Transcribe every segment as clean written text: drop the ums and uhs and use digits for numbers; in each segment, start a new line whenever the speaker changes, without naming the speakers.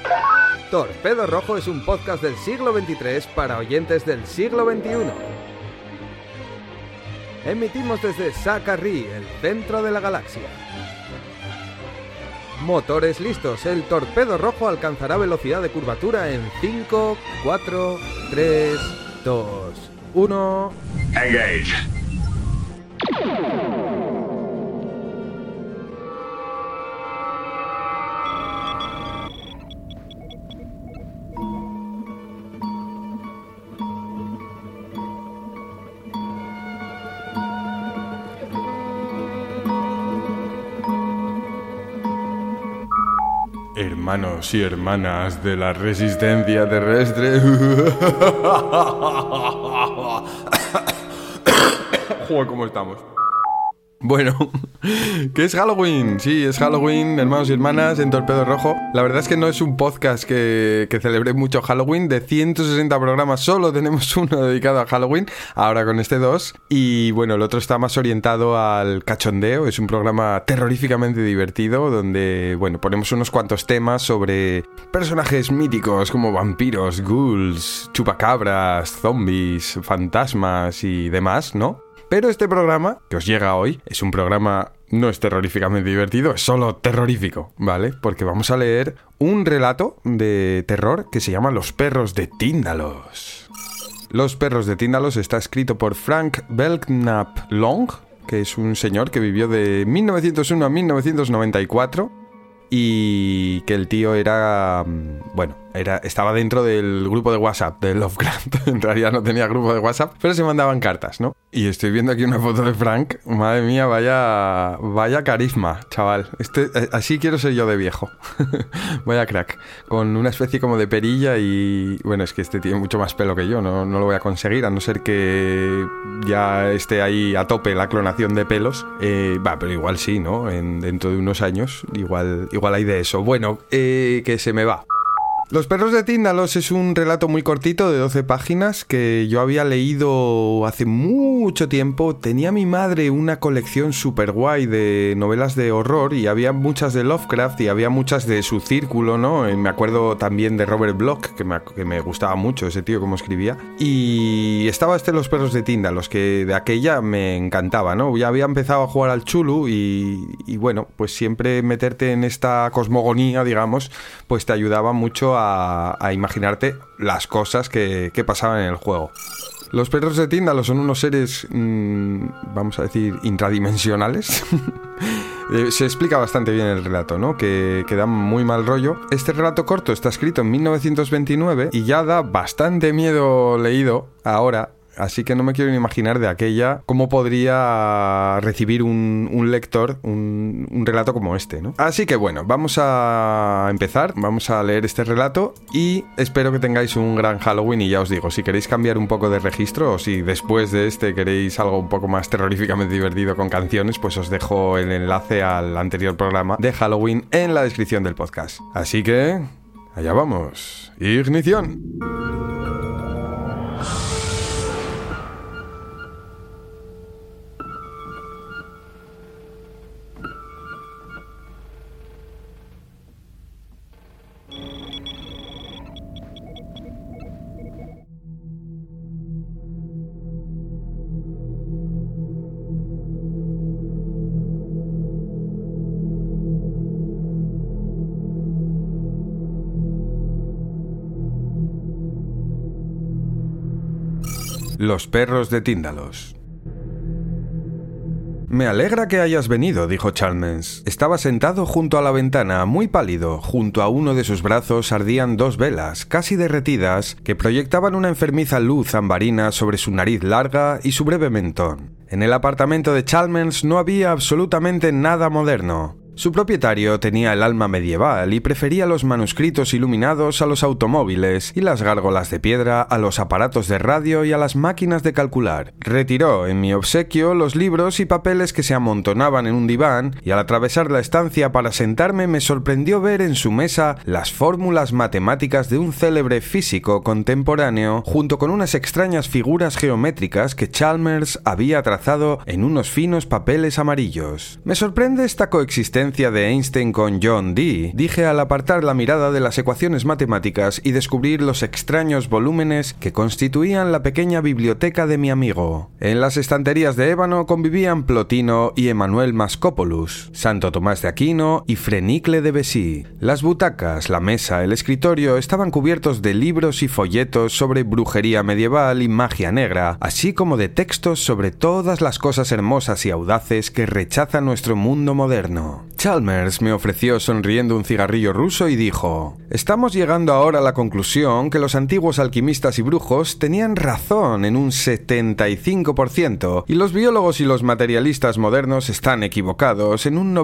Torpedo Rojo es un podcast del siglo XXIII para oyentes del siglo XXI. Emitimos desde Sakarri, el centro de la galaxia. Motores listos, el Torpedo Rojo alcanzará velocidad de curvatura en 5, 4, 3, 2, 1...
Engage.
Hermanos y hermanas de la resistencia terrestre. Joder, ¿cómo estamos? Bueno, ¿qué es Halloween? Sí, es Halloween, hermanos y hermanas, en Torpedo Rojo. La verdad es que no es un podcast que celebre mucho Halloween. De 160 programas solo tenemos uno dedicado a Halloween, ahora con este 2. Y bueno, el otro está más orientado al cachondeo. Es un programa terroríficamente divertido donde, bueno, ponemos unos cuantos temas sobre personajes míticos como vampiros, ghouls, chupacabras, zombies, fantasmas y demás, ¿no? Pero este programa, que os llega hoy, es un programa, no es terroríficamente divertido, es solo terrorífico, ¿vale? Porque vamos a leer un relato de terror que se llama Los perros de Tíndalos. Los perros de Tíndalos está escrito por Frank Belknap Long, que es un señor que vivió de 1901 a 1994 y que el tío era, bueno, estaba dentro del grupo de WhatsApp de Lovecraft. En realidad no tenía grupo de WhatsApp, pero se mandaban cartas, ¿no? Y estoy viendo aquí una foto de Frank. Madre mía, vaya carisma, chaval. Así quiero ser yo de viejo. Vaya crack. Con una especie como de perilla y... Bueno, es que este tiene mucho más pelo que yo. No lo voy a conseguir, a no ser que ya esté ahí a tope la clonación de pelos. Pero igual sí, ¿no? Dentro de unos años, igual hay de eso. Bueno, que se me va. Los perros de Tíndalos es un relato muy cortito de 12 páginas que yo había leído hace mucho tiempo. Tenía mi madre una colección súper guay de novelas de horror y había muchas de Lovecraft y había muchas de su círculo, ¿no? Me acuerdo también de Robert Bloch, que me gustaba mucho ese tío como escribía. Y estaba Los perros de Tíndalos, que de aquella me encantaba, ¿no? Ya había empezado a jugar al Chulu y bueno, pues siempre meterte en esta cosmogonía, digamos, pues te ayudaba mucho a imaginarte las cosas que pasaban en el juego. Los perros de Tíndalos son unos seres, vamos a decir, intradimensionales. Se explica bastante bien el relato, ¿no? Que dan muy mal rollo. Este relato corto está escrito en 1929 y ya da bastante miedo leído ahora. Así que no me quiero ni imaginar de aquella cómo podría recibir un lector un relato como este, ¿no? Así que bueno, vamos a empezar, vamos a leer este relato y espero que tengáis un gran Halloween. Y ya os digo, si queréis cambiar un poco de registro o si después de este queréis algo un poco más terroríficamente divertido con canciones, pues os dejo el enlace al anterior programa de Halloween en la descripción del podcast. Así que, allá vamos. ¡Ignición! Los perros de Tíndalos. Me alegra que hayas venido, dijo Chalmers. Estaba sentado junto a la ventana, muy pálido. Junto a uno de sus brazos ardían 2 velas, casi derretidas, que proyectaban una enfermiza luz ambarina sobre su nariz larga y su breve mentón. En el apartamento de Chalmers no había absolutamente nada moderno. Su propietario tenía el alma medieval y prefería los manuscritos iluminados a los automóviles y las gárgolas de piedra a los aparatos de radio y a las máquinas de calcular. Retiró en mi obsequio los libros y papeles que se amontonaban en un diván y al atravesar la estancia para sentarme me sorprendió ver en su mesa las fórmulas matemáticas de un célebre físico contemporáneo junto con unas extrañas figuras geométricas que Chalmers había trazado en unos finos papeles amarillos. Me sorprende esta coexistencia ciencia de Einstein con John Dee, dije al apartar la mirada de las ecuaciones matemáticas y descubrir los extraños volúmenes que constituían la pequeña biblioteca de mi amigo. En las estanterías de ébano convivían Plotino y Emanuel Mascopoulos, Santo Tomás de Aquino y Frenicle de Bessy. Las butacas, la mesa, el escritorio estaban cubiertos de libros y folletos sobre brujería medieval y magia negra, así como de textos sobre todas las cosas hermosas y audaces que rechaza nuestro mundo moderno. Chalmers me ofreció sonriendo un cigarrillo ruso y dijo: «Estamos llegando ahora a la conclusión que los antiguos alquimistas y brujos tenían razón en un 75% y los biólogos y los materialistas modernos están equivocados en un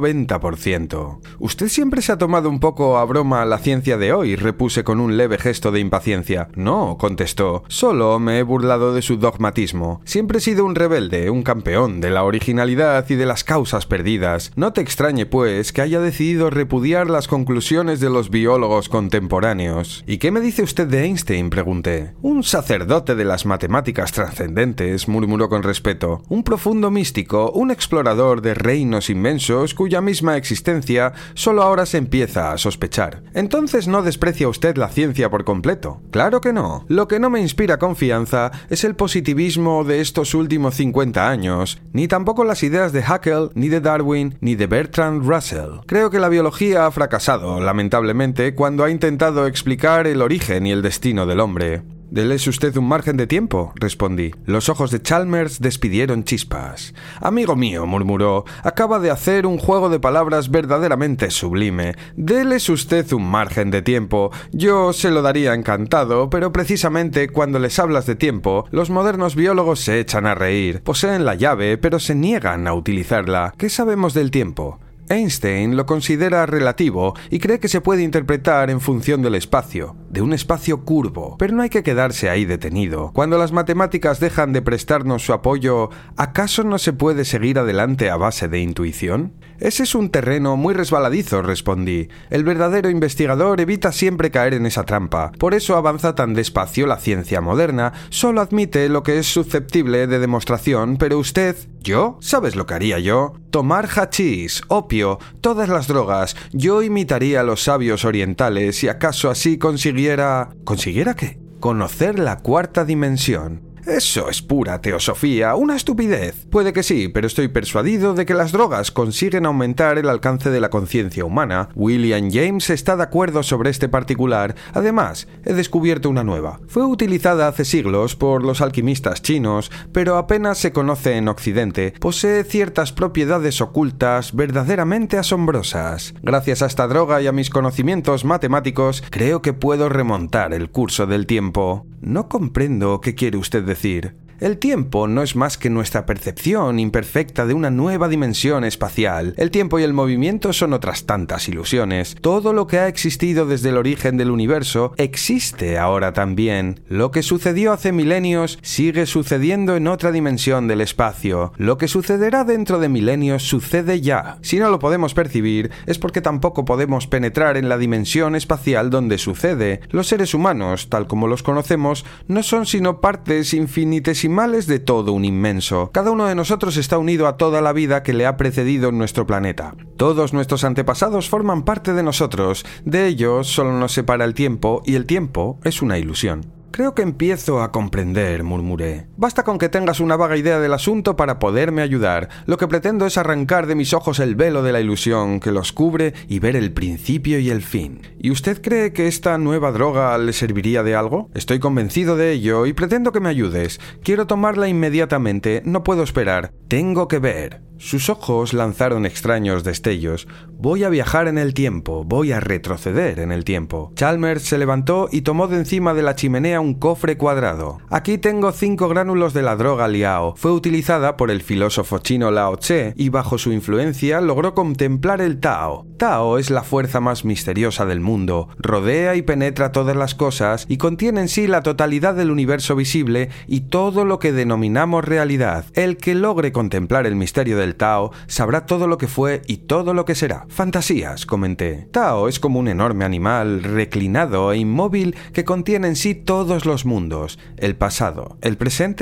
90%. Usted siempre se ha tomado un poco a broma la ciencia de hoy», repuse con un leve gesto de impaciencia. «No», contestó, «solo me he burlado de su dogmatismo. Siempre he sido un rebelde, un campeón de la originalidad y de las causas perdidas. No te extrañe, pues, que haya decidido repudiar las conclusiones de los biólogos contemporáneos». «¿Y qué me dice usted de Einstein?», pregunté. «Un sacerdote de las matemáticas trascendentes», murmuró con respeto. «Un profundo místico, un explorador de reinos inmensos cuya misma existencia solo ahora se empieza a sospechar. Entonces no desprecia usted la ciencia por completo». «Claro que no. Lo que no me inspira confianza es el positivismo de estos últimos 50 años, ni tampoco las ideas de Haeckel, ni de Darwin, ni de Bertrand Russell. Creo que la biología ha fracasado, lamentablemente, cuando ha intentado explicar el origen y el destino del hombre». «Délese usted un margen de tiempo», respondí. Los ojos de Chalmers despidieron chispas. «Amigo mío», murmuró, «acaba de hacer un juego de palabras verdaderamente sublime. Délese usted un margen de tiempo. Yo se lo daría encantado, pero precisamente cuando les hablas de tiempo, los modernos biólogos se echan a reír. Poseen la llave, pero se niegan a utilizarla. ¿Qué sabemos del tiempo? Einstein lo considera relativo y cree que se puede interpretar en función del espacio, de un espacio curvo, pero no hay que quedarse ahí detenido. Cuando las matemáticas dejan de prestarnos su apoyo, ¿acaso no se puede seguir adelante a base de intuición? «Ese es un terreno muy resbaladizo», respondí. «El verdadero investigador evita siempre caer en esa trampa. Por eso avanza tan despacio la ciencia moderna. Solo admite lo que es susceptible de demostración, pero usted...» «¿Yo? ¿Sabes lo que haría yo? Tomar hachís, opio, todas las drogas. Yo imitaría a los sabios orientales y acaso así consiguiera... ¿Consiguiera qué? Conocer la cuarta dimensión». «Eso es pura teosofía, una estupidez». «Puede que sí, pero estoy persuadido de que las drogas consiguen aumentar el alcance de la conciencia humana. William James está de acuerdo sobre este particular. Además, he descubierto una nueva. Fue utilizada hace siglos por los alquimistas chinos, pero apenas se conoce en Occidente. Posee ciertas propiedades ocultas verdaderamente asombrosas. Gracias a esta droga y a mis conocimientos matemáticos, creo que puedo remontar el curso del tiempo». «No comprendo qué quiere usted decir». «El tiempo no es más que nuestra percepción imperfecta de una nueva dimensión espacial. El tiempo y el movimiento son otras tantas ilusiones. Todo lo que ha existido desde el origen del universo existe ahora también. Lo que sucedió hace milenios sigue sucediendo en otra dimensión del espacio. Lo que sucederá dentro de milenios sucede ya. Si no lo podemos percibir, es porque tampoco podemos penetrar en la dimensión espacial donde sucede. Los seres humanos, tal como los conocemos, no son sino partes infinitesimales de todo un inmenso. Cada uno de nosotros está unido a toda la vida que le ha precedido en nuestro planeta. Todos nuestros antepasados forman parte de nosotros. De ellos solo nos separa el tiempo, y el tiempo es una ilusión». «Creo que empiezo a comprender», murmuré. «Basta con que tengas una vaga idea del asunto para poderme ayudar. Lo que pretendo es arrancar de mis ojos el velo de la ilusión que los cubre y ver el principio y el fin». «¿Y usted cree que esta nueva droga le serviría de algo?» «Estoy convencido de ello y pretendo que me ayudes. Quiero tomarla inmediatamente. No puedo esperar. Tengo que ver». Sus ojos lanzaron extraños destellos. «Voy a viajar en el tiempo, voy a retroceder en el tiempo». Chalmers se levantó y tomó de encima de la chimenea un cofre cuadrado. «Aquí tengo 5 gránulos de la droga Liao. Fue utilizada por el filósofo chino Lao Tse y bajo su influencia logró contemplar el Tao. Tao es la fuerza más misteriosa del mundo. Rodea y penetra todas las cosas y contiene en sí la totalidad del universo visible y todo lo que denominamos realidad. El que logre contemplar el misterio del Tao sabrá todo lo que fue y todo lo que será». «Fantasías», comenté. «Tao es como un enorme animal reclinado e inmóvil que contiene en sí todos los mundos, el pasado, el presente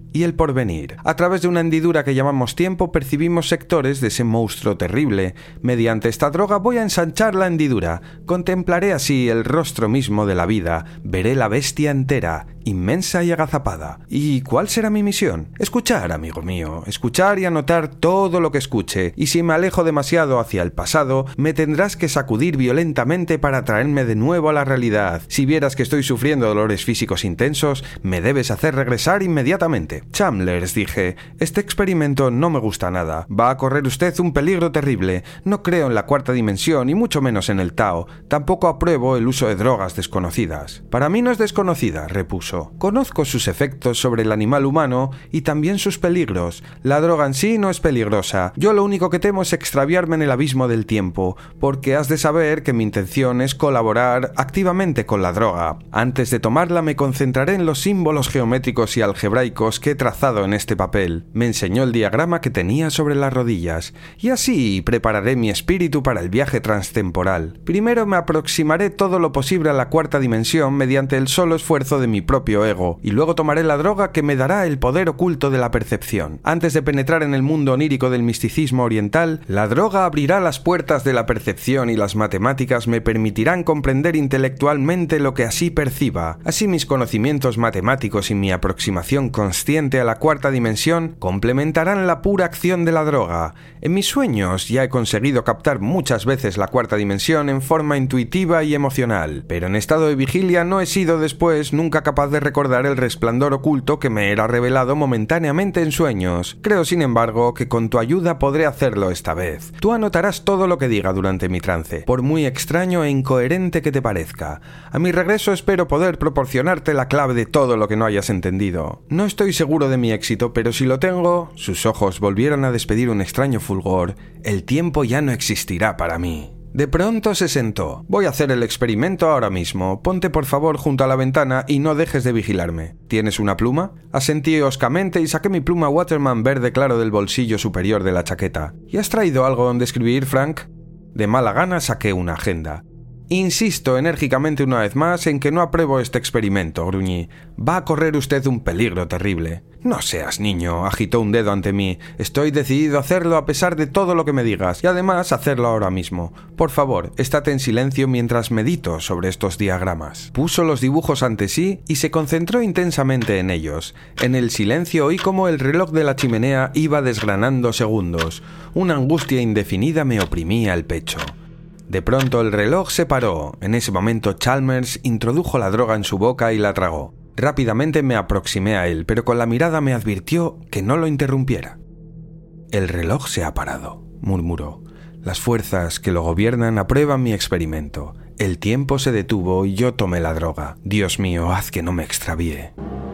y el porvenir. A través de una hendidura que llamamos tiempo percibimos sectores de ese monstruo terrible. Mediante esta droga voy a ensanchar la hendidura. Contemplaré así el rostro mismo de la vida. Veré la bestia entera, inmensa y agazapada. ¿Y cuál será mi misión? Escuchar, amigo mío, escuchar y anotar todo lo que escuche, y si me alejo demasiado hacia el pasado, me tendrás que sacudir violentamente para traerme de nuevo a la realidad. Si vieras que estoy sufriendo dolores físicos intensos, me debes hacer regresar inmediatamente. Chalmers, dije, este experimento no me gusta nada. Va a correr usted un peligro terrible. No creo en la cuarta dimensión y mucho menos en el Tao. Tampoco apruebo el uso de drogas desconocidas. Para mí no es desconocida, repuso. Conozco sus efectos sobre el animal humano y también sus peligros. La droga en sí no es peligrosa. Yo lo único que temo es extraviarme en el abismo del tiempo, porque has de saber que mi intención es colaborar activamente con la droga. Antes de tomarla me concentraré en los símbolos geométricos y algebraicos que he trazado en este papel. Me enseñó el diagrama que tenía sobre las rodillas, y así prepararé mi espíritu para el viaje transtemporal. Primero me aproximaré todo lo posible a la cuarta dimensión mediante el solo esfuerzo de mi propio ego, y luego tomaré la droga que me dará el poder oculto de la percepción. Antes de penetrar en el mundo onírico del misticismo oriental, la droga abrirá las puertas de la percepción y las matemáticas me permitirán comprender intelectualmente lo que así perciba. Así mis conocimientos matemáticos y mi aproximación consciente a la cuarta dimensión complementarán la pura acción de la droga. En mis sueños ya he conseguido captar muchas veces la cuarta dimensión en forma intuitiva y emocional, pero en estado de vigilia no he sido después nunca capaz de recordar el resplandor oculto que me era revelado momentáneamente en sueños. Creo, sin embargo, que con tu ayuda podré hacerlo esta vez. Tú anotarás todo lo que diga durante mi trance, por muy extraño e incoherente que te parezca. A mi regreso espero poder proporcionarte la clave de todo lo que no hayas entendido. No estoy seguro de mi éxito, pero si lo tengo... Sus ojos volvieron a despedir un extraño fulgor. El tiempo ya no existirá para mí. De pronto se sentó. Voy a hacer el experimento ahora mismo. Ponte por favor junto a la ventana y no dejes de vigilarme. ¿Tienes una pluma? Asentí hoscamente y saqué mi pluma Waterman verde claro del bolsillo superior de la chaqueta. ¿Y has traído algo donde escribir, Frank? De mala gana saqué una agenda. Insisto enérgicamente una vez más en que no apruebo este experimento, gruñí. Va a correr usted un peligro terrible. No seas niño, agitó un dedo ante mí. Estoy decidido a hacerlo a pesar de todo lo que me digas, y además hacerlo ahora mismo. Por favor, estate en silencio mientras medito sobre estos diagramas. Puso los dibujos ante sí y se concentró intensamente en ellos. En el silencio oí como el reloj de la chimenea iba desgranando segundos. Una angustia indefinida me oprimía el pecho. De pronto el reloj se paró. En ese momento Chalmers introdujo la droga en su boca y la tragó. Rápidamente me aproximé a él, pero con la mirada me advirtió que no lo interrumpiera. «El reloj se ha parado», murmuró. «Las fuerzas que lo gobiernan aprueban mi experimento. El tiempo se detuvo y yo tomé la droga. Dios mío, haz que no me extravíe».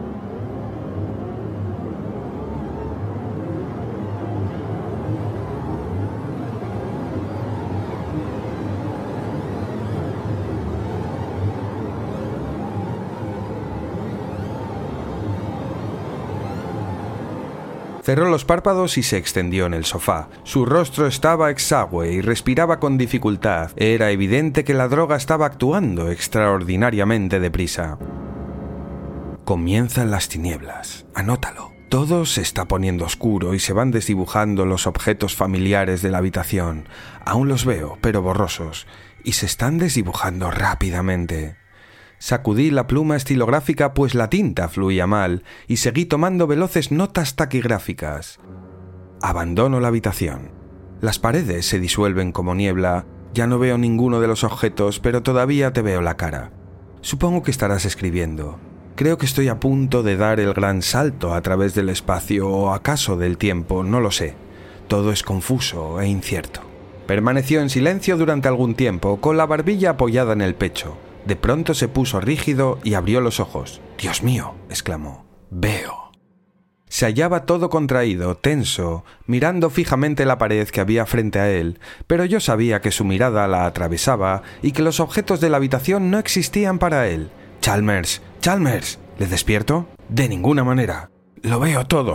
Cerró los párpados y se extendió en el sofá. Su rostro estaba exangüe y respiraba con dificultad. Era evidente que la droga estaba actuando extraordinariamente deprisa. Comienzan las tinieblas. Anótalo. Todo se está poniendo oscuro y se van desdibujando los objetos familiares de la habitación. Aún los veo, pero borrosos, y se están desdibujando rápidamente. Sacudí la pluma estilográfica pues la tinta fluía mal y seguí tomando veloces notas taquigráficas. Abandono la habitación. Las paredes se disuelven como niebla. Ya no veo ninguno de los objetos, pero todavía te veo la cara. Supongo que estarás escribiendo. Creo que estoy a punto de dar el gran salto a través del espacio o acaso del tiempo, no lo sé. Todo es confuso e incierto. Permaneció en silencio durante algún tiempo, con la barbilla apoyada en el pecho. De pronto se puso rígido y abrió los ojos. «Dios mío», exclamó, «veo». Se hallaba todo contraído, tenso, mirando fijamente la pared que había frente a él, pero yo sabía que su mirada la atravesaba y que los objetos de la habitación no existían para él. «Chalmers, Chalmers, ¿le despierto?» «De ninguna manera. Lo veo todo».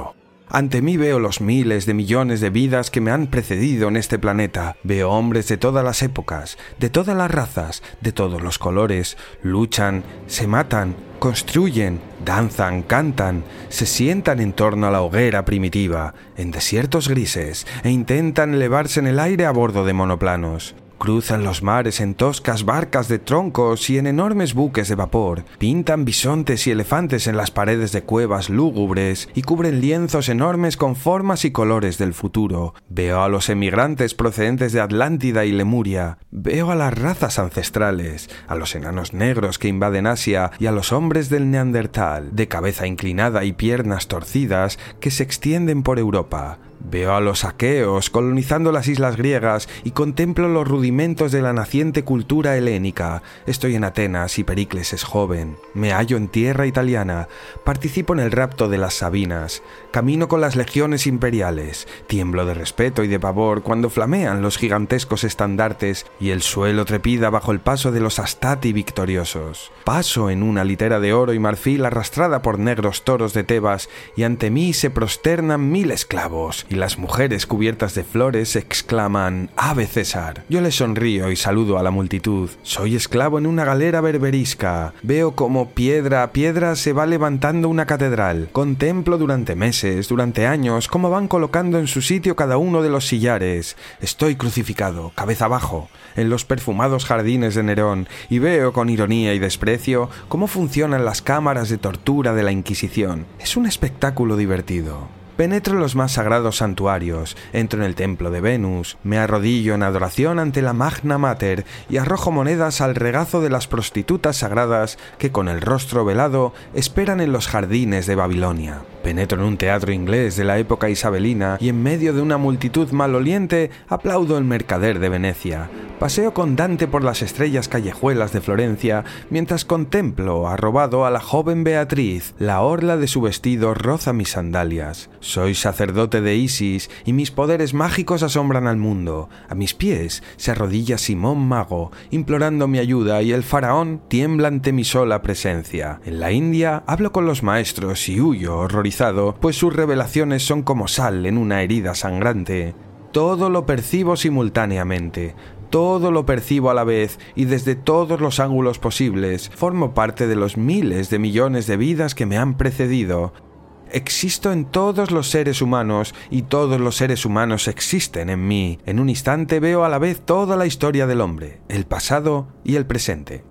Ante mí veo los miles de millones de vidas que me han precedido en este planeta. Veo hombres de todas las épocas, de todas las razas, de todos los colores. Luchan, se matan, construyen, danzan, cantan, se sientan en torno a la hoguera primitiva, en desiertos grises, e intentan elevarse en el aire a bordo de monoplanos. Cruzan los mares en toscas barcas de troncos y en enormes buques de vapor, pintan bisontes y elefantes en las paredes de cuevas lúgubres y cubren lienzos enormes con formas y colores del futuro. Veo a los emigrantes procedentes de Atlántida y Lemuria, veo a las razas ancestrales, a los enanos negros que invaden Asia y a los hombres del Neandertal, de cabeza inclinada y piernas torcidas, que se extienden por Europa. Veo a los aqueos colonizando las islas griegas y contemplo los rudimentos de la naciente cultura helénica. Estoy en Atenas y Pericles es joven. Me hallo en tierra italiana. Participo en el rapto de las Sabinas. Camino con las legiones imperiales. Tiemblo de respeto y de pavor cuando flamean los gigantescos estandartes y el suelo trepida bajo el paso de los Astati victoriosos. Paso en una litera de oro y marfil arrastrada por negros toros de Tebas y ante mí se prosternan 1000 esclavos. Y las mujeres cubiertas de flores exclaman «Ave César». Yo les sonrío y saludo a la multitud. Soy esclavo en una galera berberisca. Veo como piedra a piedra se va levantando una catedral. Contemplo durante meses, durante años, cómo van colocando en su sitio cada uno de los sillares. Estoy crucificado, cabeza abajo, en los perfumados jardines de Nerón y veo con ironía y desprecio cómo funcionan las cámaras de tortura de la Inquisición. Es un espectáculo divertido. Penetro en los más sagrados santuarios, entro en el templo de Venus, me arrodillo en adoración ante la Magna Mater y arrojo monedas al regazo de las prostitutas sagradas que con el rostro velado esperan en los jardines de Babilonia. Penetro en un teatro inglés de la época isabelina y en medio de una multitud maloliente aplaudo el mercader de Venecia. Paseo con Dante por las estrellas callejuelas de Florencia mientras contemplo, arrobado, a la joven Beatriz. La orla de su vestido roza mis sandalias. Soy sacerdote de Isis y mis poderes mágicos asombran al mundo. A mis pies se arrodilla Simón Mago, implorando mi ayuda y el faraón tiembla ante mi sola presencia. En la India hablo con los maestros y huyo horrorizado, pues sus revelaciones son como sal en una herida sangrante. Todo lo percibo simultáneamente. Todo lo percibo a la vez y desde todos los ángulos posibles. Formo parte de los miles de millones de vidas que me han precedido. Existo en todos los seres humanos y todos los seres humanos existen en mí. En un instante veo a la vez toda la historia del hombre, el pasado y el presente.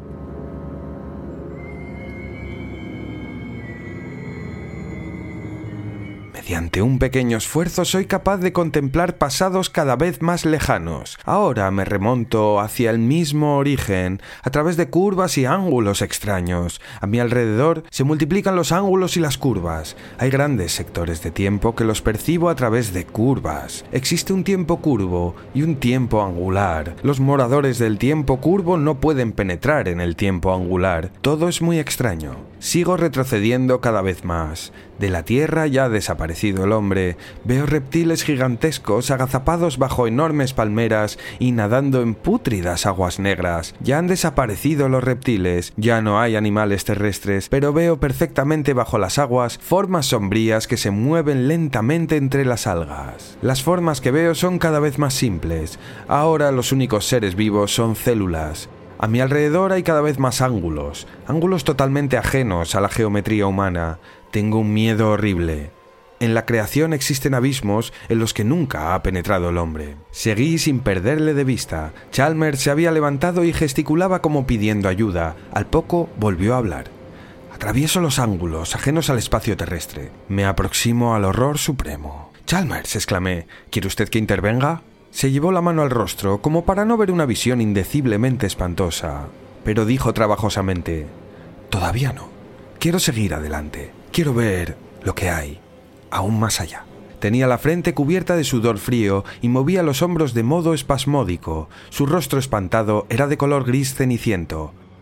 Mediante un pequeño esfuerzo soy capaz de contemplar pasados cada vez más lejanos. Ahora me remonto hacia el mismo origen, a través de curvas y ángulos extraños. A mi alrededor se multiplican los ángulos y las curvas. Hay grandes sectores de tiempo que los percibo a través de curvas. Existe un tiempo curvo y un tiempo angular. Los moradores del tiempo curvo no pueden penetrar en el tiempo angular. Todo es muy extraño. Sigo retrocediendo cada vez más. De la Tierra ya ha desaparecido el hombre. Veo reptiles gigantescos agazapados bajo enormes palmeras y nadando en pútridas aguas negras. Ya han desaparecido los reptiles, ya no hay animales terrestres, pero veo perfectamente bajo las aguas formas sombrías que se mueven lentamente entre las algas. Las formas que veo son cada vez más simples. Ahora los únicos seres vivos son células. A mi alrededor hay cada vez más ángulos totalmente ajenos a la geometría humana. Tengo un miedo horrible. En la creación existen abismos en los que nunca ha penetrado el hombre. Seguí sin perderle de vista. Chalmers se había levantado y gesticulaba como pidiendo ayuda. Al poco volvió a hablar. Atravieso los ángulos ajenos al espacio terrestre. Me aproximo al horror supremo. «Chalmers», exclamé, «¿quiere usted que intervenga?» Se llevó la mano al rostro como para no ver una visión indeciblemente espantosa, pero dijo trabajosamente: «Todavía no. Quiero seguir adelante. Quiero ver lo que hay, aún más allá». Tenía la frente cubierta de sudor frío y movía los hombros de modo espasmódico. Su rostro espantado era de color gris ceniciento.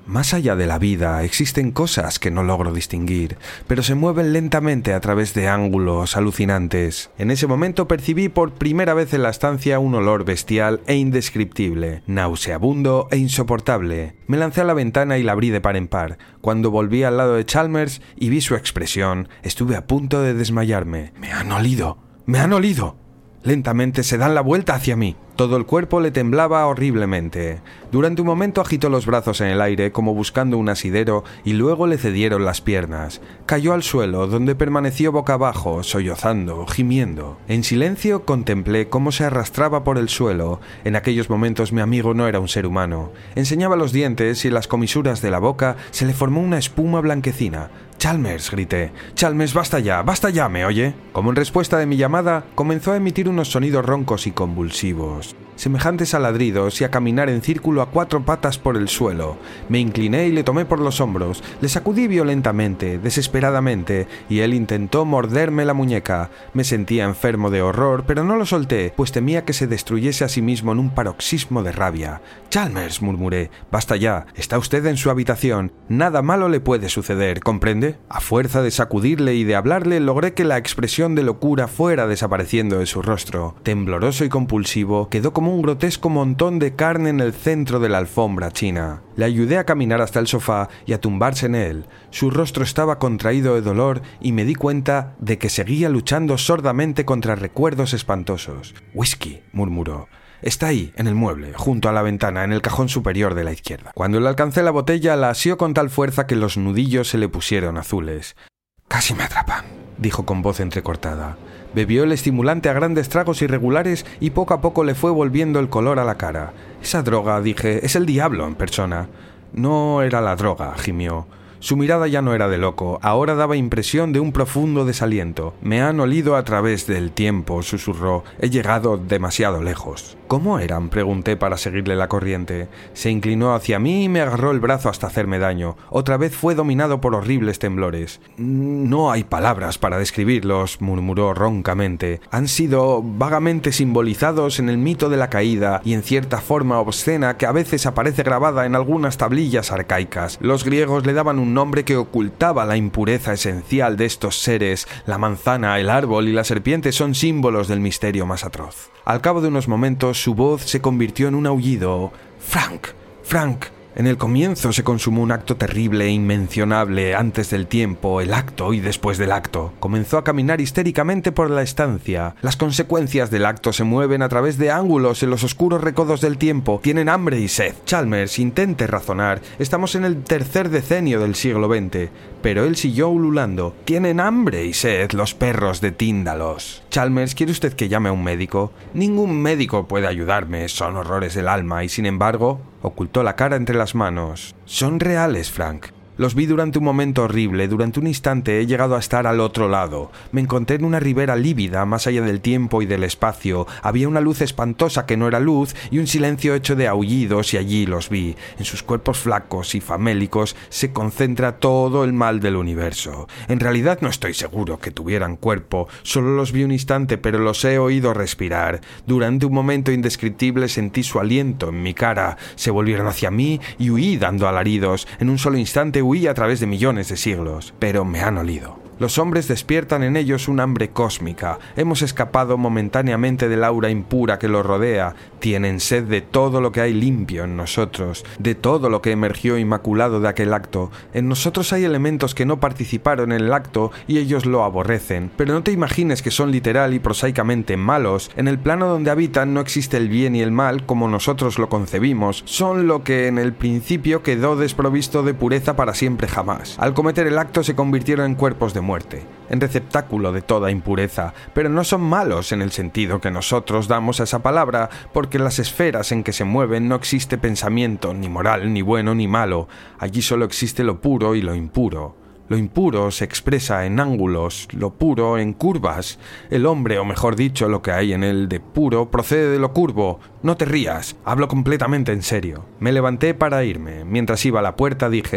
Más allá de la vida existen cosas que no logro distinguir, pero se mueven lentamente a través de ángulos alucinantes. En ese momento percibí por primera vez en la estancia un olor bestial e indescriptible, nauseabundo e insoportable. Me lancé a la ventana y la abrí de par en par. Cuando volví al lado de Chalmers y vi su expresión, estuve a punto de desmayarme. ¡Me han olido! ¡Me han olido! Lentamente se dan la vuelta hacia mí. Todo el cuerpo le temblaba horriblemente. Durante un momento agitó los brazos en el aire como buscando un asidero y luego le cedieron las piernas. Cayó al suelo, donde permaneció boca abajo, sollozando, gimiendo. En silencio contemplé cómo se arrastraba por el suelo. En aquellos momentos mi amigo no era un ser humano. Enseñaba los dientes y en las comisuras de la boca se le formó una espuma blanquecina. «Chalmers», grité. «Chalmers, basta ya, ¿me oye?» Como en respuesta de mi llamada, comenzó a emitir unos sonidos roncos y convulsivos, semejantes a ladridos y a caminar en círculo a 4 patas por el suelo. Me incliné y le tomé por los hombros, le sacudí violentamente, desesperadamente, y él intentó morderme la muñeca. Me sentía enfermo de horror, pero no lo solté, pues temía que se destruyese a sí mismo en un paroxismo de rabia. «Chalmers», murmuré, «basta ya, está usted en su habitación, nada malo le puede suceder, ¿comprende?» A fuerza de sacudirle y de hablarle, logré que la expresión de locura fuera desapareciendo de su rostro. Tembloroso y compulsivo, quedó como un grotesco montón de carne en el centro de la alfombra china. Le ayudé a caminar hasta el sofá y a tumbarse en él. Su rostro estaba contraído de dolor y me di cuenta de que seguía luchando sordamente contra recuerdos espantosos. «Whisky», murmuró. «Está ahí, en el mueble, junto a la ventana, en el cajón superior de la izquierda». Cuando le alcancé la botella, la asió con tal fuerza que los nudillos se le pusieron azules. «Casi me atrapan», dijo con voz entrecortada. Bebió el estimulante a grandes tragos irregulares y poco a poco le fue volviendo el color a la cara. «Esa droga», dije, «es el diablo en persona». «No era la droga», gimió. Su mirada ya no era de loco, ahora daba impresión de un profundo desaliento. «Me han olido a través del tiempo», susurró. «He llegado demasiado lejos». «¿Cómo eran?», pregunté para seguirle la corriente. Se inclinó hacia mí y me agarró el brazo hasta hacerme daño. Otra vez fue dominado por horribles temblores. «No hay palabras para describirlos», murmuró roncamente. «Han sido vagamente simbolizados en el mito de la caída y en cierta forma obscena que a veces aparece grabada en algunas tablillas arcaicas. Los griegos le daban un nombre que ocultaba la impureza esencial de estos seres. La manzana, el árbol y la serpiente son símbolos del misterio más atroz». Al cabo de unos momentos su voz se convirtió en un aullido. «Frank, Frank». En el comienzo se consumó un acto terrible e inmencionable antes del tiempo, el acto y después del acto. Comenzó a caminar histéricamente por la estancia. Las consecuencias del acto se mueven a través de ángulos en los oscuros recodos del tiempo. Tienen hambre y sed. Chalmers, intente razonar. Estamos en el 3er decenio del siglo XX. Pero él siguió ululando. Tienen hambre y sed los perros de Tíndalos. Chalmers, ¿quiere usted que llame a un médico? Ningún médico puede ayudarme. Son horrores del alma y sin embargo... Ocultó la cara entre las manos. «Son reales, Frank. Los vi durante un momento horrible, durante un instante he llegado a estar al otro lado. Me encontré en una ribera lívida, más allá del tiempo y del espacio. Había una luz espantosa que no era luz y un silencio hecho de aullidos y allí los vi. En sus cuerpos flacos y famélicos se concentra todo el mal del universo. En realidad no estoy seguro que tuvieran cuerpo, solo los vi un instante pero los he oído respirar. Durante un momento indescriptible sentí su aliento en mi cara. Se volvieron hacia mí y huí dando alaridos. En un solo instante huí a través de millones de siglos, pero me han olido. Los hombres despiertan en ellos un hambre cósmica. Hemos escapado momentáneamente del aura impura que los rodea. Tienen sed de todo lo que hay limpio en nosotros, de todo lo que emergió inmaculado de aquel acto. En nosotros hay elementos que no participaron en el acto y ellos lo aborrecen. Pero no te imagines que son literal y prosaicamente malos. En el plano donde habitan no existe el bien y el mal como nosotros lo concebimos. Son lo que en el principio quedó desprovisto de pureza para siempre jamás. Al cometer el acto se convirtieron en cuerpos de muerte, en receptáculo de toda impureza, pero no son malos en el sentido que nosotros damos a esa palabra, porque en las esferas en que se mueven no existe pensamiento, ni moral, ni bueno, ni malo. Allí solo existe lo puro y lo impuro. Lo impuro se expresa en ángulos, lo puro en curvas. El hombre, o mejor dicho, lo que hay en él de puro, procede de lo curvo. No te rías, hablo completamente en serio. Me levanté para irme. Mientras iba a la puerta dije: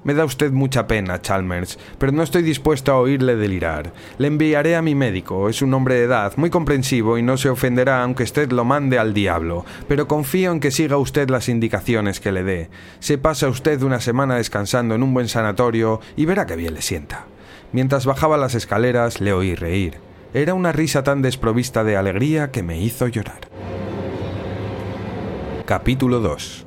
Me da usted mucha pena, Chalmers, pero no estoy dispuesto a oírle delirar. Le enviaré a mi médico, es un hombre de edad, muy comprensivo y no se ofenderá aunque usted lo mande al diablo, pero confío en que siga usted las indicaciones que le dé. Se pasa usted una semana descansando en un buen sanatorio y verá que bien le sienta. Mientras bajaba las escaleras le oí reír. Era una risa tan desprovista de alegría que me hizo llorar. Capítulo 2.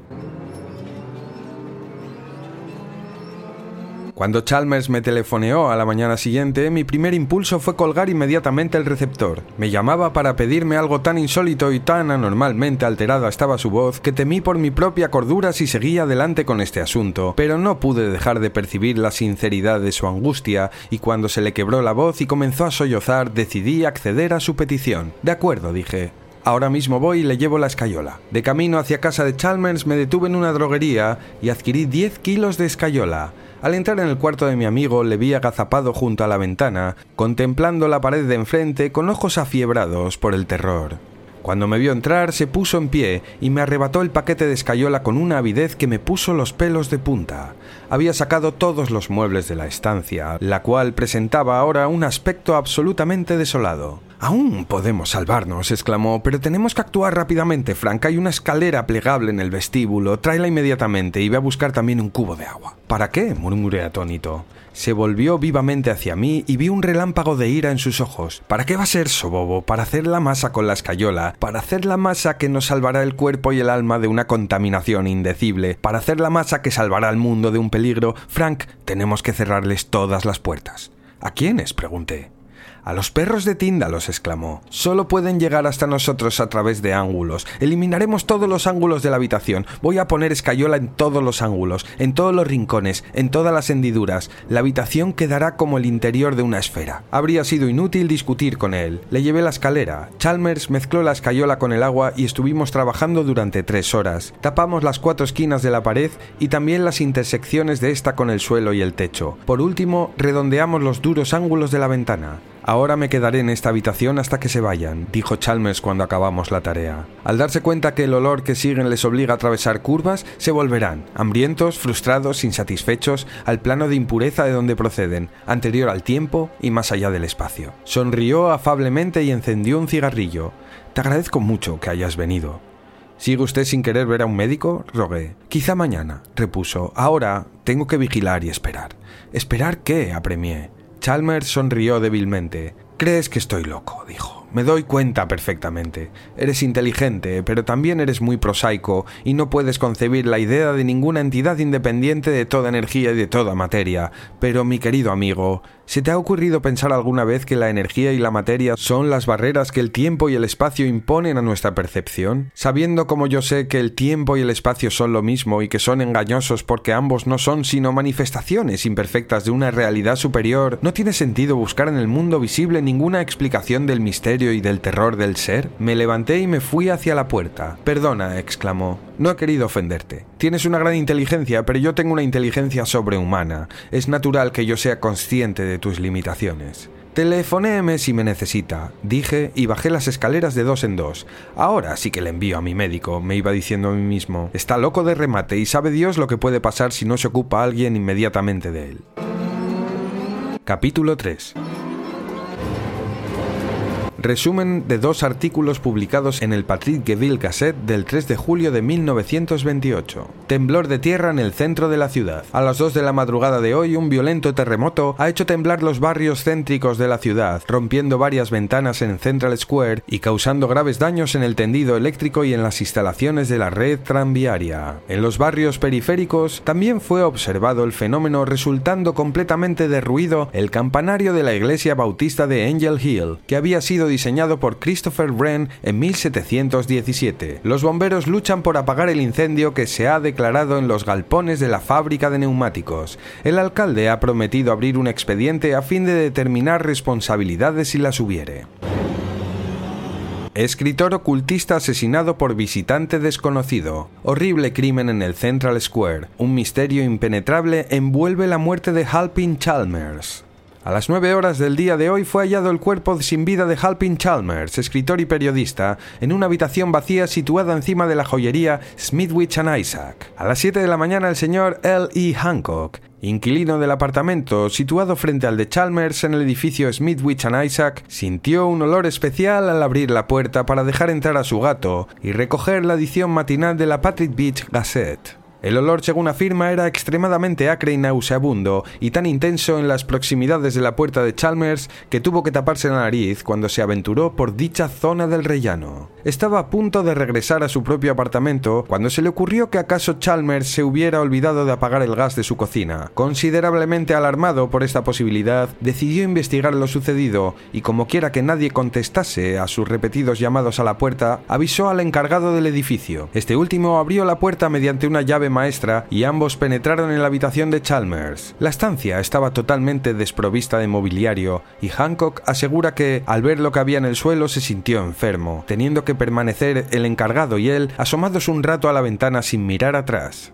Cuando Chalmers me telefoneó a la mañana siguiente, mi primer impulso fue colgar inmediatamente el receptor. Me llamaba para pedirme algo tan insólito y tan anormalmente alterada estaba su voz que temí por mi propia cordura si seguía adelante con este asunto, pero no pude dejar de percibir la sinceridad de su angustia y cuando se le quebró la voz y comenzó a sollozar, decidí acceder a su petición. De acuerdo, dije. Ahora mismo voy y le llevo la escayola. De camino hacia casa de Chalmers me detuve en una droguería y adquirí 10 kilos de escayola. Al entrar en el cuarto de mi amigo le vi agazapado junto a la ventana, contemplando la pared de enfrente con ojos afiebrados por el terror. Cuando me vio entrar se puso en pie y me arrebató el paquete de escayola con una avidez que me puso los pelos de punta. Había sacado todos los muebles de la estancia, la cual presentaba ahora un aspecto absolutamente desolado. «Aún podemos salvarnos», exclamó, «pero tenemos que actuar rápidamente, Frank. Hay una escalera plegable en el vestíbulo. Tráela inmediatamente y ve a buscar también un cubo de agua». «¿Para qué?», murmuré atónito. Se volvió vivamente hacia mí y vi un relámpago de ira en sus ojos. «¿Para qué va a ser eso, bobo? Para hacer la masa con la escayola, para hacer la masa que nos salvará el cuerpo y el alma de una contaminación indecible, para hacer la masa que salvará al mundo de un peligro. Frank, tenemos que cerrarles todas las puertas». «¿A quiénes?», pregunté. «A los perros de Tíndalos», exclamó. «Solo pueden llegar hasta nosotros a través de ángulos. Eliminaremos todos los ángulos de la habitación. Voy a poner escayola en todos los ángulos, en todos los rincones, en todas las hendiduras. La habitación quedará como el interior de una esfera». Habría sido inútil discutir con él. Le llevé la escalera. Chalmers mezcló la escayola con el agua y estuvimos trabajando durante 3 horas. Tapamos las 4 esquinas de la pared y también las intersecciones de esta con el suelo y el techo. Por último, redondeamos los duros ángulos de la ventana. «Ahora me quedaré en esta habitación hasta que se vayan», dijo Chalmers cuando acabamos la tarea. Al darse cuenta que el olor que siguen les obliga a atravesar curvas, se volverán, hambrientos, frustrados, insatisfechos, al plano de impureza de donde proceden, anterior al tiempo y más allá del espacio. Sonrió afablemente y encendió un cigarrillo. «Te agradezco mucho que hayas venido». «¿Sigue usted sin querer ver a un médico?», rogué. «Quizá mañana», repuso. «Ahora tengo que vigilar y esperar». «¿Esperar qué?», apremié. Chalmers sonrió débilmente. «Crees que estoy loco», dijo. «Me doy cuenta perfectamente. Eres inteligente, pero también eres muy prosaico y no puedes concebir la idea de ninguna entidad independiente de toda energía y de toda materia. Pero, mi querido amigo, ¿se te ha ocurrido pensar alguna vez que la energía y la materia son las barreras que el tiempo y el espacio imponen a nuestra percepción? Sabiendo como yo sé que el tiempo y el espacio son lo mismo y que son engañosos porque ambos no son sino manifestaciones imperfectas de una realidad superior, ¿no tiene sentido buscar en el mundo visible ninguna explicación del misterio y del terror del ser? Me levanté y me fui hacia la puerta. «Perdona», exclamó. «No he querido ofenderte. Tienes una gran inteligencia, pero yo tengo una inteligencia sobrehumana. Es natural que yo sea consciente de tus limitaciones». «Telefonéeme si me necesita», dije y bajé las escaleras de 2 en 2. «Ahora sí que le envío a mi médico», me iba diciendo a mí mismo. «Está loco de remate y sabe Dios lo que puede pasar si no se ocupa alguien inmediatamente de él». Capítulo 3. Resumen de 2 artículos publicados en el Patrickville Gazette del 3 de julio de 1928. Temblor de tierra en el centro de la ciudad. A las 2 de la madrugada de hoy, un violento terremoto ha hecho temblar los barrios céntricos de la ciudad, rompiendo varias ventanas en Central Square y causando graves daños en el tendido eléctrico y en las instalaciones de la red tranviaria. En los barrios periféricos también fue observado el fenómeno, resultando completamente derruido el campanario de la iglesia bautista de Angel Hill, que había sido diseñado por Christopher Wren en 1717. Los bomberos luchan por apagar el incendio que se ha declarado en los galpones de la fábrica de neumáticos. El alcalde ha prometido abrir un expediente a fin de determinar responsabilidades si las hubiere. Escritor ocultista asesinado por visitante desconocido. Horrible crimen en el Central Square. Un misterio impenetrable envuelve la muerte de Halpin Chalmers. A las 9 horas del día de hoy fue hallado el cuerpo sin vida de Halpin Chalmers, escritor y periodista, en una habitación vacía situada encima de la joyería Smithwick & Isaac. A las 7 de la mañana el señor L. E. Hancock, inquilino del apartamento situado frente al de Chalmers en el edificio Smithwick & Isaac, sintió un olor especial al abrir la puerta para dejar entrar a su gato y recoger la edición matinal de la Patrick Beach Gazette. El olor, según afirma, era extremadamente acre y nauseabundo, y tan intenso en las proximidades de la puerta de Chalmers que tuvo que taparse la nariz cuando se aventuró por dicha zona del rellano. Estaba a punto de regresar a su propio apartamento cuando se le ocurrió que acaso Chalmers se hubiera olvidado de apagar el gas de su cocina. Considerablemente alarmado por esta posibilidad, decidió investigar lo sucedido y, como quiera que nadie contestase a sus repetidos llamados a la puerta, avisó al encargado del edificio. Este último abrió la puerta mediante una llave maestra y ambos penetraron en la habitación de Chalmers. La estancia estaba totalmente desprovista de mobiliario y Hancock asegura que, al ver lo que había en el suelo, se sintió enfermo, teniendo que permanecer el encargado y él asomados un rato a la ventana sin mirar atrás.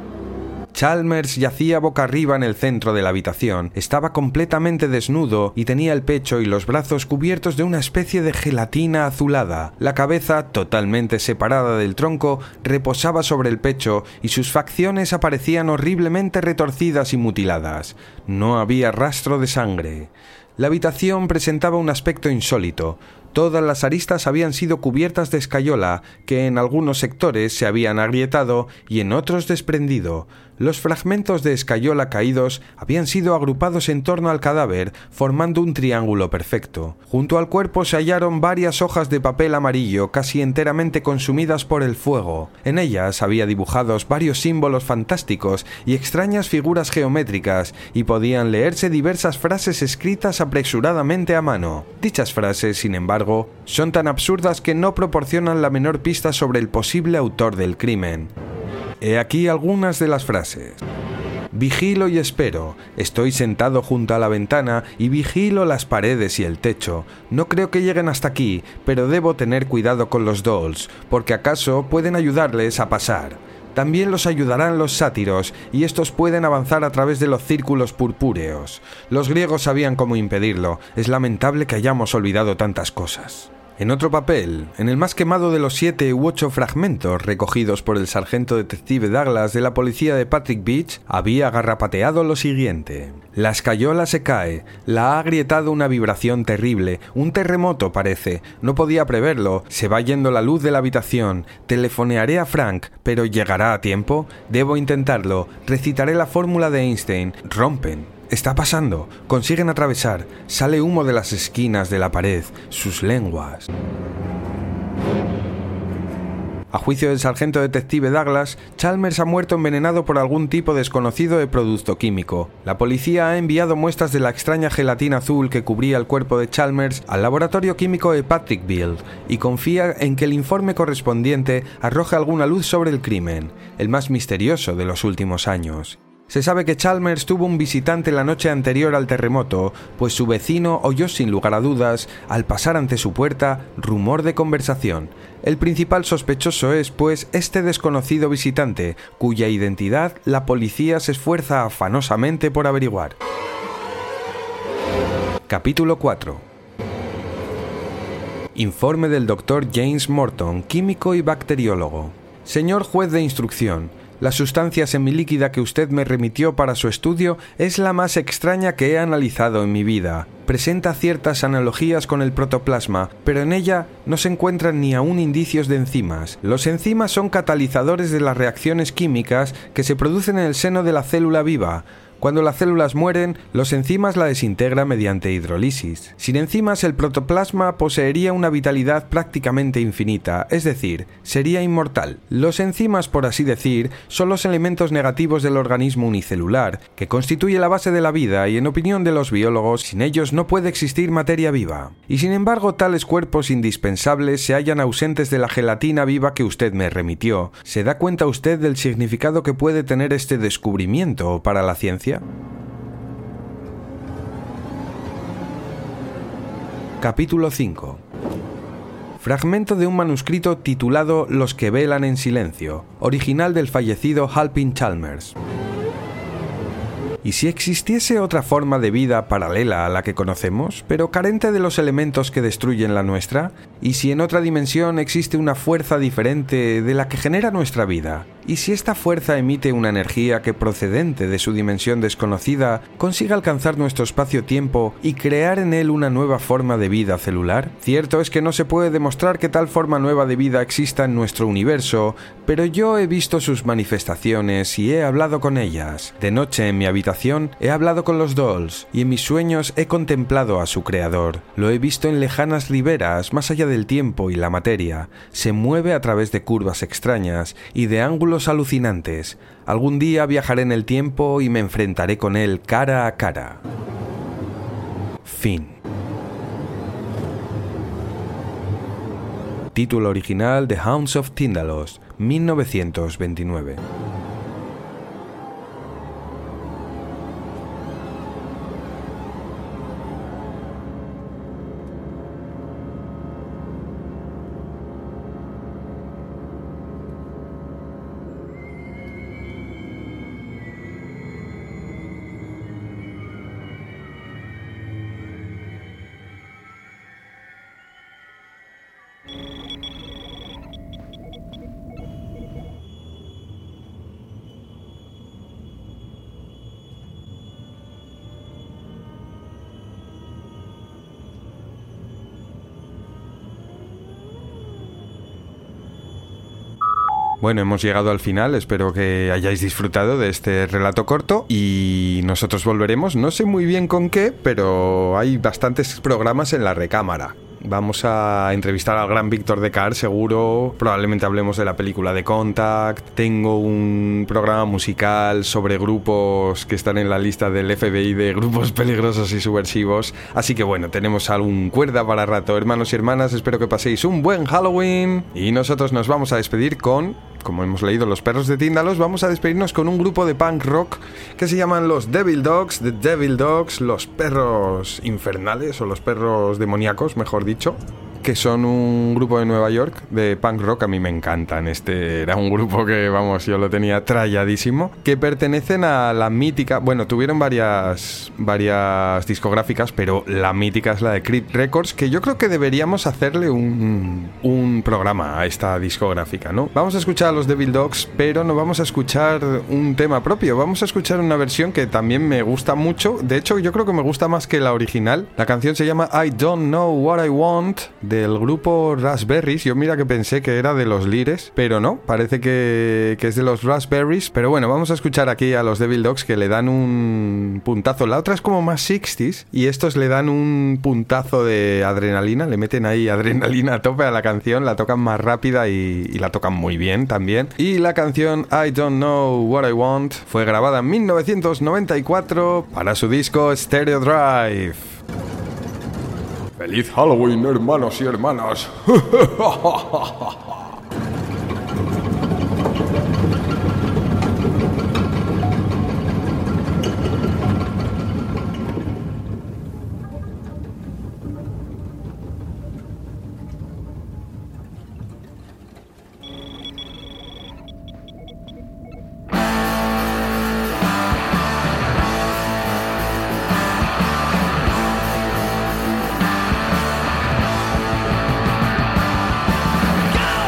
Chalmers yacía boca arriba en el centro de la habitación, estaba completamente desnudo y tenía el pecho y los brazos cubiertos de una especie de gelatina azulada. La cabeza, totalmente separada del tronco, reposaba sobre el pecho y sus facciones aparecían horriblemente retorcidas y mutiladas. No había rastro de sangre. La habitación presentaba un aspecto insólito. Todas las aristas habían sido cubiertas de escayola, que en algunos sectores se habían agrietado y en otros desprendido. Los fragmentos de escayola caídos habían sido agrupados en torno al cadáver, formando un triángulo perfecto. Junto al cuerpo se hallaron varias hojas de papel amarillo casi enteramente consumidas por el fuego. En ellas había dibujados varios símbolos fantásticos y extrañas figuras geométricas, y podían leerse diversas frases escritas apresuradamente a mano. Dichas frases, sin embargo, son tan absurdas que no proporcionan la menor pista sobre el posible autor del crimen. He aquí algunas de las frases. Vigilo y espero. Estoy sentado junto a la ventana y vigilo las paredes y el techo. No creo que lleguen hasta aquí, pero debo tener cuidado con los dolls, porque acaso pueden ayudarles a pasar. También los ayudarán los sátiros, y estos pueden avanzar a través de los círculos purpúreos. Los griegos sabían cómo impedirlo. Es lamentable que hayamos olvidado tantas cosas. En otro papel, en el más quemado de los 7 u 8 fragmentos recogidos por el sargento detective Douglas de la policía de Patrick Beach, había garrapateado lo siguiente. La escayola se cae, la ha agrietado una vibración terrible, un terremoto parece, no podía preverlo, se va yendo la luz de la habitación, telefonearé a Frank, pero ¿llegará a tiempo? Debo intentarlo, recitaré la fórmula de Einstein, rompen. Está pasando, consiguen atravesar, sale humo de las esquinas de la pared, sus lenguas. A juicio del sargento detective Douglas, Chalmers ha muerto envenenado por algún tipo desconocido de producto químico. La policía ha enviado muestras de la extraña gelatina azul que cubría el cuerpo de Chalmers al laboratorio químico de Patrickville y confía en que el informe correspondiente arroje alguna luz sobre el crimen, el más misterioso de los últimos años. Se sabe que Chalmers tuvo un visitante la noche anterior al terremoto, pues su vecino oyó sin lugar a dudas, al pasar ante su puerta, rumor de conversación. El principal sospechoso es, pues, este desconocido visitante, cuya identidad la policía se esfuerza afanosamente por averiguar. Capítulo 4. Informe del Dr. James Morton, químico y bacteriólogo. Señor juez de instrucción, la sustancia semilíquida que usted me remitió para su estudio es la más extraña que he analizado en mi vida. Presenta ciertas analogías con el protoplasma, pero en ella no se encuentran ni aún indicios de enzimas. Los enzimas son catalizadores de las reacciones químicas que se producen en el seno de la célula viva. Cuando las células mueren, los enzimas la desintegran mediante hidrólisis. Sin enzimas, el protoplasma poseería una vitalidad prácticamente infinita, es decir, sería inmortal. Los enzimas, por así decir, son los elementos negativos del organismo unicelular, que constituye la base de la vida y, en opinión de los biólogos, sin ellos no puede existir materia viva. Y sin embargo, tales cuerpos indispensables se hallan ausentes de la gelatina viva que usted me remitió. ¿Se da cuenta usted del significado que puede tener este descubrimiento para la ciencia? Capítulo 5. Fragmento de un manuscrito titulado Los que velan en silencio, original del fallecido Halpin Chalmers. ¿Y si existiese otra forma de vida paralela a la que conocemos, pero carente de los elementos que destruyen la nuestra? ¿Y si en otra dimensión existe una fuerza diferente de la que genera nuestra vida? ¿Y si esta fuerza emite una energía que procedente de su dimensión desconocida consigue alcanzar nuestro espacio-tiempo y crear en él una nueva forma de vida celular? Cierto es que no se puede demostrar que tal forma nueva de vida exista en nuestro universo, pero yo he visto sus manifestaciones y he hablado con ellas. De noche en mi habitación he hablado con los Dolls y en mis sueños he contemplado a su creador. Lo he visto en lejanas riberas, más allá del tiempo y la materia. Se mueve a través de curvas extrañas y de ángulos alucinantes. Algún día viajaré en el tiempo y me enfrentaré con él cara a cara. Fin. Título original: The Hounds of Tindalos, 1929. Bueno, hemos llegado al final, espero que hayáis disfrutado de este relato corto y nosotros volveremos, no sé muy bien con qué, pero hay bastantes programas en la recámara. Vamos a entrevistar al gran Víctor de Car, seguro. Probablemente hablemos de la película de Contact. Tengo un programa musical sobre grupos que están en la lista del FBI de grupos peligrosos y subversivos. Así que bueno, tenemos algún cuerda para rato. Hermanos y hermanas, espero que paséis un buen Halloween. Y nosotros nos vamos a despedir con, como hemos leído, Los Perros de Tíndalos. Vamos a despedirnos con un grupo de punk rock que se llaman los Devil Dogs, The Devil Dogs, los perros infernales o los perros demoníacos, mejor dicho, que son un grupo de Nueva York de punk rock. A mí me encantan. Este era un grupo que, vamos, yo lo tenía tralladísimo, que pertenecen a la mítica, bueno, tuvieron varias discográficas, pero la mítica es la de Crypt Records, que yo creo que deberíamos hacerle un programa a esta discográfica, ¿no? Vamos a escuchar a los Devil Dogs, pero no vamos a escuchar un tema propio, vamos a escuchar una versión que también me gusta mucho. De hecho, yo creo que me gusta más que la original. La canción se llama I Don't Know What I Want, del grupo Raspberries. Yo mira que pensé que era de los Lires, pero no, parece que es de los Raspberries. Pero bueno, vamos a escuchar aquí a los Devil Dogs, que le dan un puntazo. La otra es como más 60s y estos le dan un puntazo de adrenalina, le meten ahí adrenalina a tope a la canción, la tocan más rápida y la tocan muy bien también. Y la canción I Don't Know What I Want fue grabada en 1994 para su disco Stereo Drive.
¡Feliz Halloween, hermanos y hermanas!
God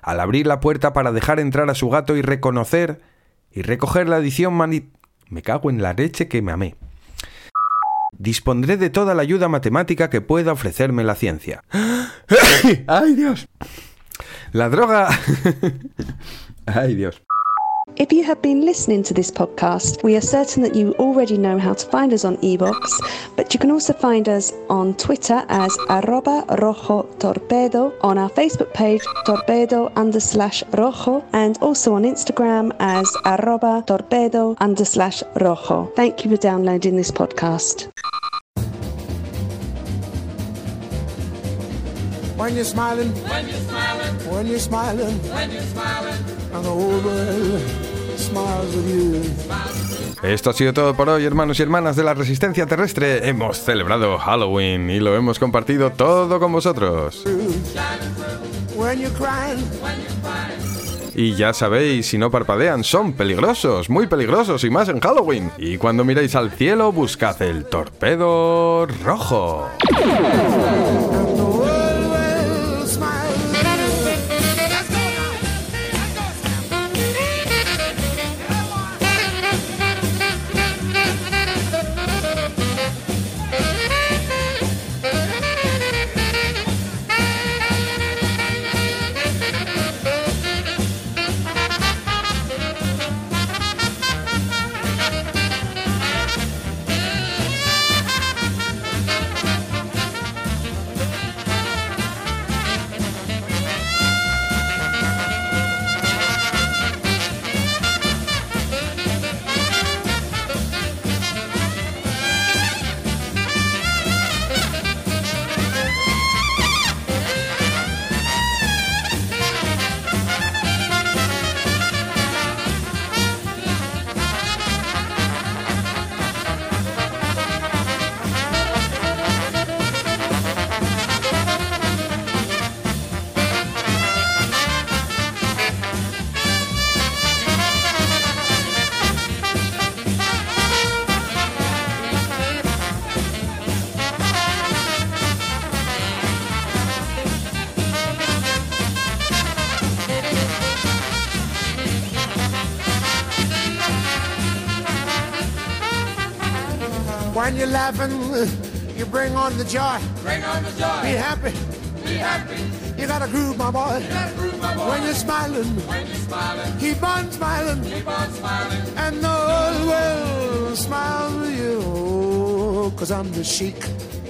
al abrir la puerta para dejar entrar a su gato y recoger la edición Me cago en la leche que me amé. Dispondré de toda la ayuda matemática que pueda ofrecerme la ciencia. ¡Ay, Dios! La droga... ¡Ay, Dios!
If you have been listening to this podcast, we are certain that you already know how to find us on eBooks, but you can also find us on Twitter as @rojotorpedo, on our Facebook page torpedo_rojo, and also on Instagram as @torpedo_rojo. Thank you for downloading this podcast.
When you're smiling, when you're smiling, when you're smiling, when you're smiling, and the whole world smiles with you.
Esto ha sido todo por hoy, hermanos y hermanas de la Resistencia Terrestre. Hemos celebrado Halloween y lo hemos compartido todo con vosotros.
When you're crying,
Y ya sabéis, si no parpadean, son peligrosos, muy peligrosos, y más en Halloween. Y cuando miréis al cielo, buscad el torpedo rojo.
when you're laughing, you bring on the joy.
Bring on the joy.
Be happy.
Be happy.
You gotta groove, my boy.
You gotta groove, my boy.
When you're smiling,
when you're smiling,
keep on smiling.
keep on smiling.
And the whole world smiles with you. 'Cause I'm the Sheik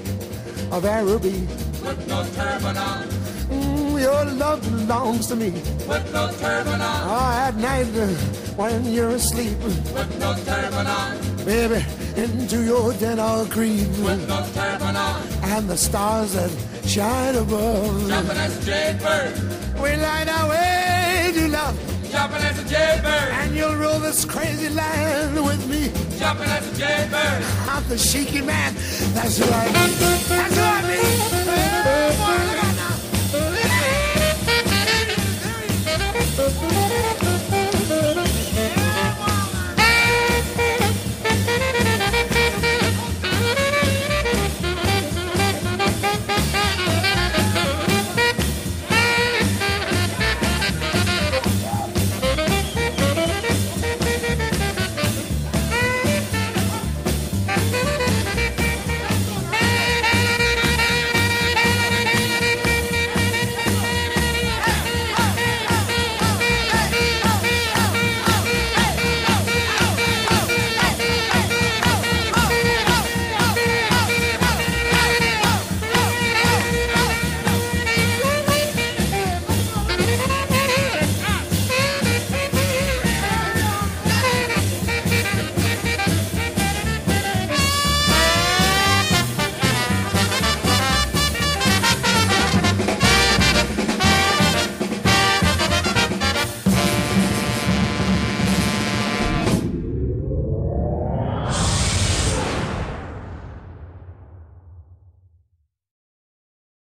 of Araby.
Put no turban on.
Your love belongs to me.
Put no turban on.
Oh, at night when you're asleep.
Put no turban on.
Baby, into your den I'll creep.
Put no turban on.
And the stars that shine above.
Jumping as a jaybird.
We light our way to love.
Jumping as a jaybird.
And you'll rule this crazy land with me.
Jumping as a jaybird.
I'm the Sheiky man. That's who I mean. That's who I mean.